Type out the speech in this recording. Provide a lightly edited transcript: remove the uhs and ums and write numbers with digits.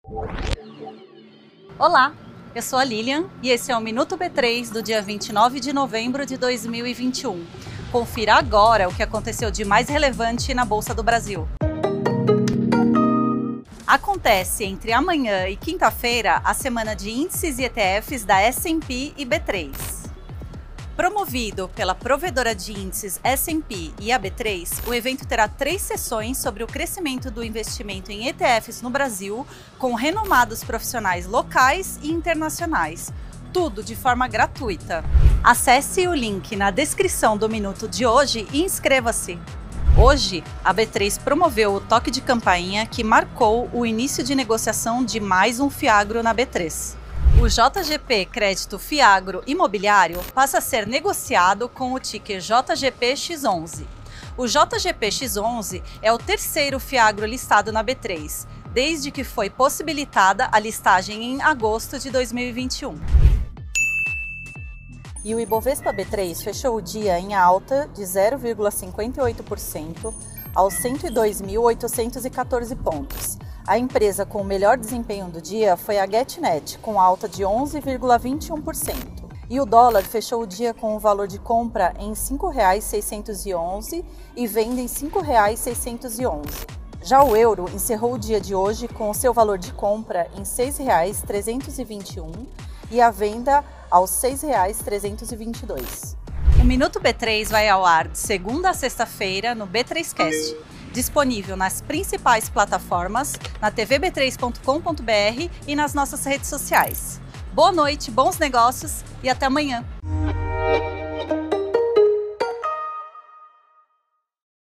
Olá, eu sou a Lilian e esse é o Minuto B3 do dia 29 de novembro de 2021. Confira agora o que aconteceu de mais relevante na Bolsa do Brasil. Acontece entre amanhã e quinta-feira a semana de índices e ETFs da S&P e B3. Promovido pela provedora de índices S&P e a B3, o evento terá 3 sessões sobre o crescimento do investimento em ETFs no Brasil, com renomados profissionais locais e internacionais, tudo de forma gratuita. Acesse o link na descrição do minuto de hoje e inscreva-se. Hoje, a B3 promoveu o toque de campainha que marcou o início de negociação de mais um Fiagro na B3. O JGP Crédito Fiagro Imobiliário passa a ser negociado com o ticker JGPX11. O JGPX11 é o terceiro Fiagro listado na B3, desde que foi possibilitada a listagem em agosto de 2021. E o Ibovespa B3 fechou o dia em alta de 0,58% aos 102.814 pontos. A empresa com o melhor desempenho do dia foi a Getnet, com alta de 11,21%. E o dólar fechou o dia com o valor de compra em R$ 5,611 e venda em R$ 5,611. Já o euro encerrou o dia de hoje com o seu valor de compra em R$ 6,321 e a venda aos R$ 6,322. O Minuto B3 vai ao ar de segunda a sexta-feira no B3Cast, disponível nas principais plataformas, na tvb3.com.br e nas nossas redes sociais. Boa noite, bons negócios e até amanhã!